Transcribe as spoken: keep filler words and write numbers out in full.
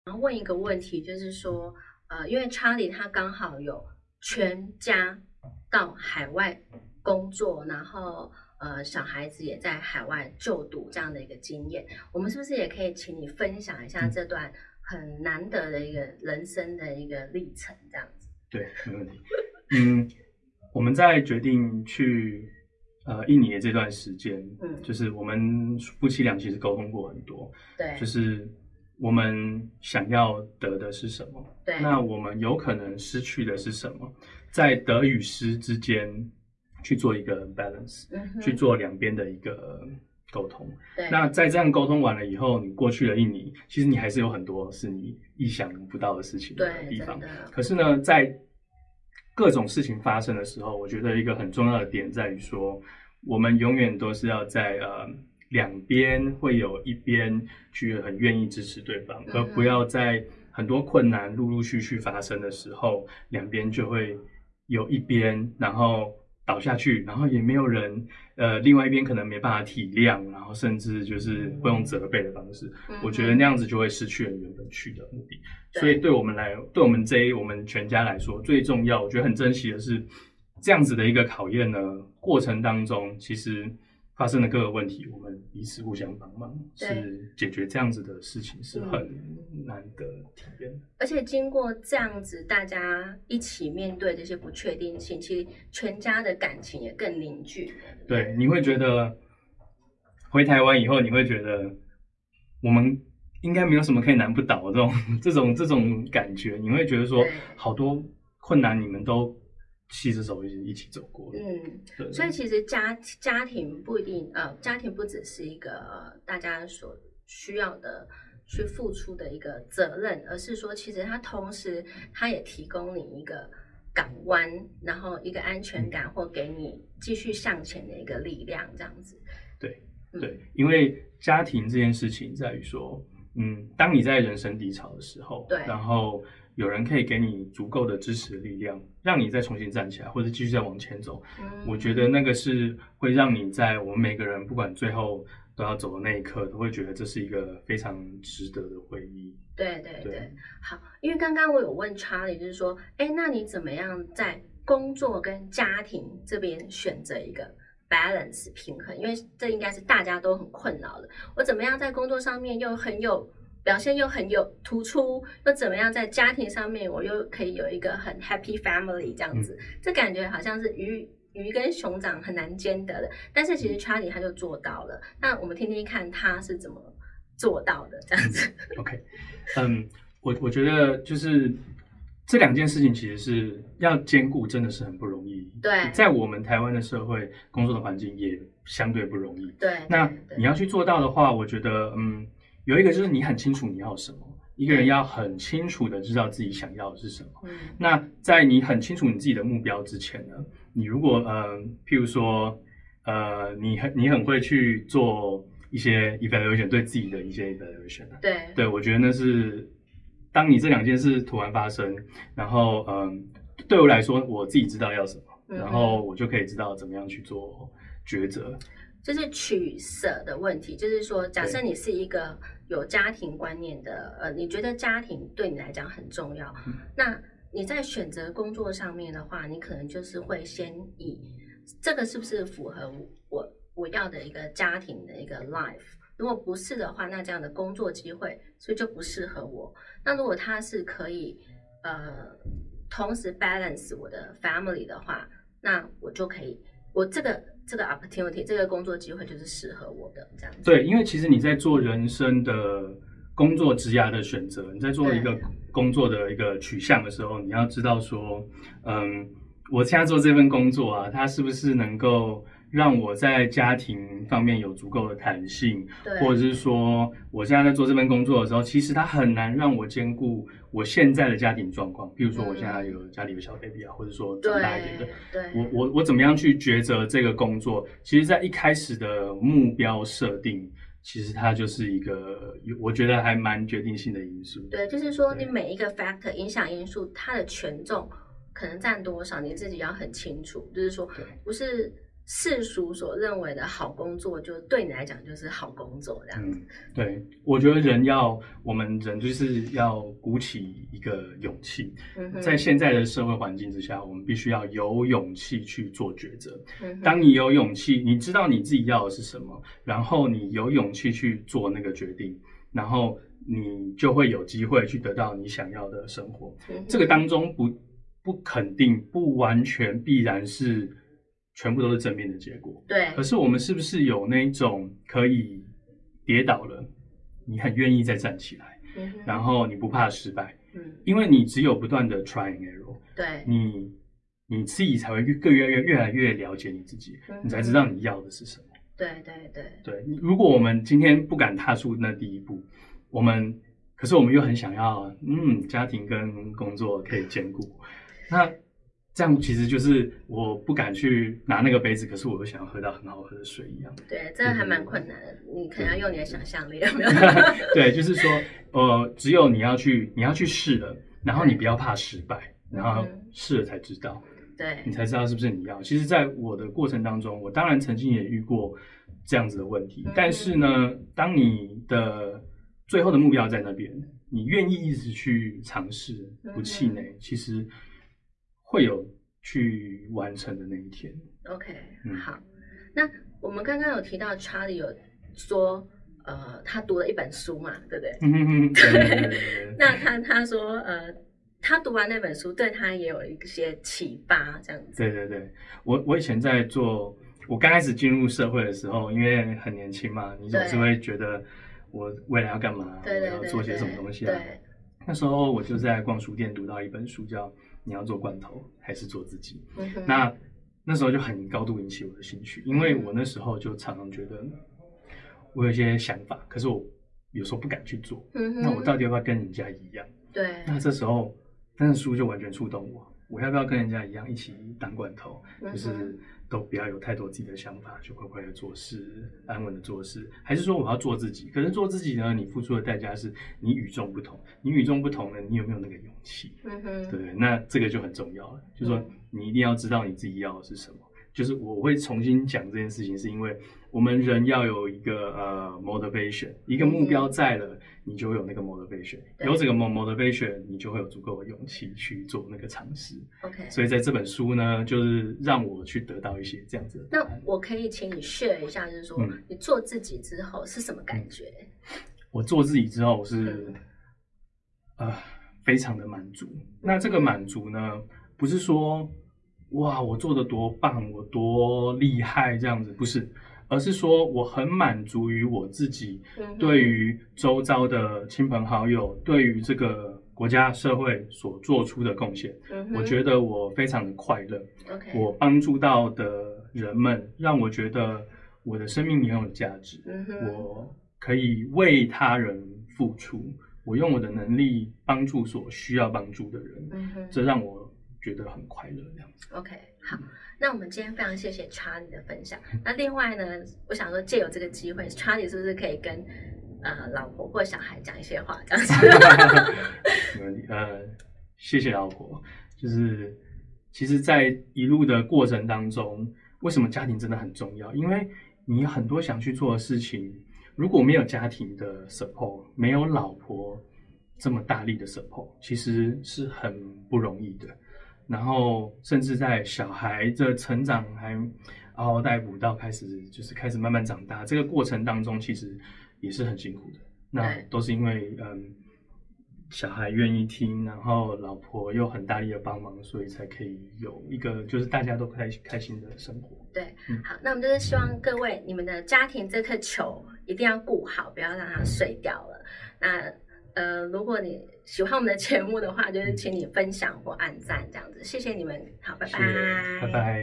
然后问一个问题，就是说，呃，因为查理他刚好有全家到海外工作，然后呃，小孩子也在海外就读这样的一个经验，我们是不是也可以请你分享一下嗯， 这段很难得的一个人生的一个历程，这样子？ 对，没问题。嗯，我们在决定去呃印尼的这段时间， 嗯， 就是我们夫妻俩其实沟通过很多，就对是我们想要得的是什么， 对， 那我们有可能失去的是什么，在得与失之间去做一个 balance，去嗯哼， 做两边的一个沟通。 对那在这样沟通完了以后，你过去了印尼，其实你还是有很多是你意想不到的事情的对， 地方。 真的， 可是呢，在各种事情发生的时候，我觉得一个很重要的点在于说，我们永远都是要在呃两边会有一边去很愿意支持对方，而不嗯哼， 要在很多困难陆陆续续发生的时候，两边就会有一边然后倒下去，然后也没有人，呃，另外一边可能没办法体谅，然后甚至就是会用责备的方式，我觉得那嗯哼， 样子就会失去了原本去的目的。所以对。 对我们来，对我们这一我们全家来说，最重要，我觉得很珍惜的是这样子的一个考验呢。过程当中，其实发生的各个问题，我们彼此互相帮忙， 对， 是解决这样子的事情是很嗯， 难得体验的。 而且经过这样子，大家一起面对这些不确定性，其实全家的感情也更凝聚了，对不对， 对？ 你会觉得回台湾以后，你会觉得我们应该没有什么可以难不倒的这种这种这种感觉，你会觉得说对， 好多困难你们都携着手一起一起走过了。 嗯， 对所以其实家家庭不一定，呃，家庭不只是一个呃大家所需要的去付出的一个责任，而是说，其实它同时它也提供你一个港湾，然后一个安全嗯， 感，或给你继续向前的一个力量，这样子。 对嗯， 对，因为家庭这件事情在于说，嗯，当你在人生低潮的时候， 对， 然后有人可以给你足够的支持力量，让你再重新站起来，或者继续再往前走。我觉得嗯。 那个是会让你在我们每个人不管最后都要走的那一刻，都会觉得这是一个非常值得的回忆。 对对对， 对，好，因为刚刚我有问查理，就是说，哎，那你怎么样在工作跟家庭这边选择一个 balance 平衡？因为这应该是大家都很困扰的。我怎么样在工作上面又很有表现，又很有突出，又怎么样在家庭上面我又可以有一个很 happy family 这样嗯子？这感觉好像是鱼鱼跟熊掌很难兼得的，但是其实嗯查理他就做到了。那我们听听看他是怎么做到的，这样嗯子。 ，OK，嗯，我我觉得就是这两件事情其实是要兼顾，真的是很不容易。 对在我们台湾的社会工作的环境也相对不容易。 对那对对你要去做到的话，我觉得，嗯，有一个就是你很清楚你要什么，一个人要很清楚的知道自己想要的是什么。 嗯那在你很清楚你自己的目标之前呢，你如果呃，譬如说，呃，你很你很会去做一些 evaluation，对自己的一些 evaluation 啊， 对对我觉得那是当你这两件事突然发生，然后嗯，对我来说我自己知道要什么，然后嗯哼， 我就可以知道怎么样去做抉择。 就是取舍的问题，就是说，假设对， 你是一个有家庭观念的，呃，你觉得家庭对你来讲很重要， 嗯那你在选择工作上面的话，你可能就是会先以这个是不是符合我我要的一个家庭的一个 life。如果不是的话，那这样的工作机会所以就不适合我。那如果它是可以呃同时 balance 我的 family 的话，那我就可以，我这个这个 opportunity 这个工作机会就是适合我的这样子。 对，因为其实你在做人生的工作职涯的选择，你在做一个对工作的一个取向的时候，你要知道说，嗯，我现在做这份工作啊，它是不是能够让我在家庭方面有足够的弹性，或者对是说，我现在在做这份工作的时候，其实它很难让我兼顾我现在的家庭状况，譬如说我现在有家里有小 baby 啊，或者说长大一点的， 对对我我我怎么样去抉择这个工作？其实，在一开始的目标设定，其实它就是一个，我觉得还蛮决定性的因素。 对，就是说你对每一个 factor 影响因素，它的权重可能占多少，你自己要很清楚。就是说， 对， 不是世俗所认为的好工作，就对你来讲就是好工作这样子。 嗯，对，我觉得人要，我们人就是要鼓起一个勇气， 嗯、 在现在的社会环境之下，我们必须要有勇气去做抉择。 嗯、 当你有勇气，你知道你自己要的是什么，然后你有勇气去做那个决定，然后你就会有机会去得到你想要的生活。嗯、这个当中不不肯定，不完全必然是全部都是正面的结果。 对。 可是我们是不是有那种可以跌倒了，你很愿意再站起来，嗯、然后你不怕失败，嗯，因为你只有不断的 try and error， 对， 你你自己才会越越越越来越了解你自己，嗯、你才知道你要的是什么。 对对对对，如果我们今天不敢踏出那第一步，我们可是我们又很想要，嗯，家庭跟工作可以兼顾，那这样其实就是我不敢去拿那个杯子，可是我又想要喝到很好喝的水一样。 对，这个还蛮困难的，你可能要用你的想象力，有没有？ 对，就是说，呃，只有你要去，你要去试了，然后你不要怕失败，然后试了才知道， 对， 你才知道是不是你要。其实，在我的过程当中，我当然曾经也遇过这样子的问题，嗯、但是呢，当你的最后的目标在那边，你愿意一直去尝试，不气馁，嗯、其实会有去完成的那一天。 OK，嗯、好。那我们刚刚有提到 Charlie 有说，呃，他读了一本书嘛，对不对？ 嗯嗯嗯。 对。那他他说，呃，他读完那本书对他也有一些启发，这样子。 对对对，我我以前在做，我刚开始进入社会的时候，因为很年轻嘛，你总是会觉得我未来要干嘛， 对对对对， 我要做些什么东西啊？ 对。 那时候我就在逛书店读到一本书，叫《你要做罐头还是做自己》。 嗯、 那那时候就很高度引起我的兴趣，因为我那时候就常常觉得我有一些想法，可是我有时候不敢去做。 嗯、 那我到底要不要跟人家一样？ 对。 那这时候那本书就完全触动我，我要不要跟人家一样一起当罐头？ 嗯、 就是都不要有太多自己的想法，就乖乖的做事，安稳的做事。还是说我要做自己？可是做自己呢，你付出的代价是你与众不同。你与众不同呢，你有没有那个勇气？ 嗯哼， 对不对？那这个就很重要了，就是说你一定要知道你自己要的是什么。就是我会重新讲这件事情，是因为我们人要有一个呃 motivation， 一个目标在了，嗯、你就会有那个 motivation， 有这个 motivation， 你就会有足够的勇气去做那个尝试。 OK， 所以在这本书呢，就是让我去得到一些这样子的答案。 那我可以请你 share 一下，就是说、嗯、你做自己之后是什么感觉？ 嗯、我做自己之后是、嗯、呃非常的满足。那这个满足呢，不是说哇，我做的多棒，我多厉害这样子，不是，而是说我很满足于我自己，对于周遭的亲朋好友，对于这个国家社会所做出的贡献，嗯、我觉得我非常的快乐。 Okay. 我帮助到的人们，让我觉得我的生命也很有价值， 嗯、 我可以为他人付出，我用我的能力帮助所需要帮助的人， 嗯、这让我觉得很快乐，这样子。 OK， 好，那我们今天非常谢谢 Charlie 的分享。那另外呢，我想说借由这个机会 ，Charlie 是不是可以跟呃老婆或小孩讲一些话，这样子？ 没问题。呃，谢谢老婆。就是其实，在一路的过程当中，为什么家庭真的很重要？因为你很多想去做的事情，如果没有家庭的 support， 没有老婆这么大力的 support， 其实是很不容易的。然后，甚至在小孩的成长还嗷嗷待哺到开始，就是开始慢慢长大，这个过程当中，其实也是很辛苦的。那都是因为嗯，小孩愿意听，然后老婆又很大力的帮忙，所以才可以有一个就是大家都开开心的生活。 对，嗯、好，那我们就是希望各位，你们的家庭这颗球一定要顾好，不要让它碎掉了。那呃，如果你喜欢我们的节目的话，就是请你分享或按赞这样子，谢谢你们，好，拜拜， 拜拜。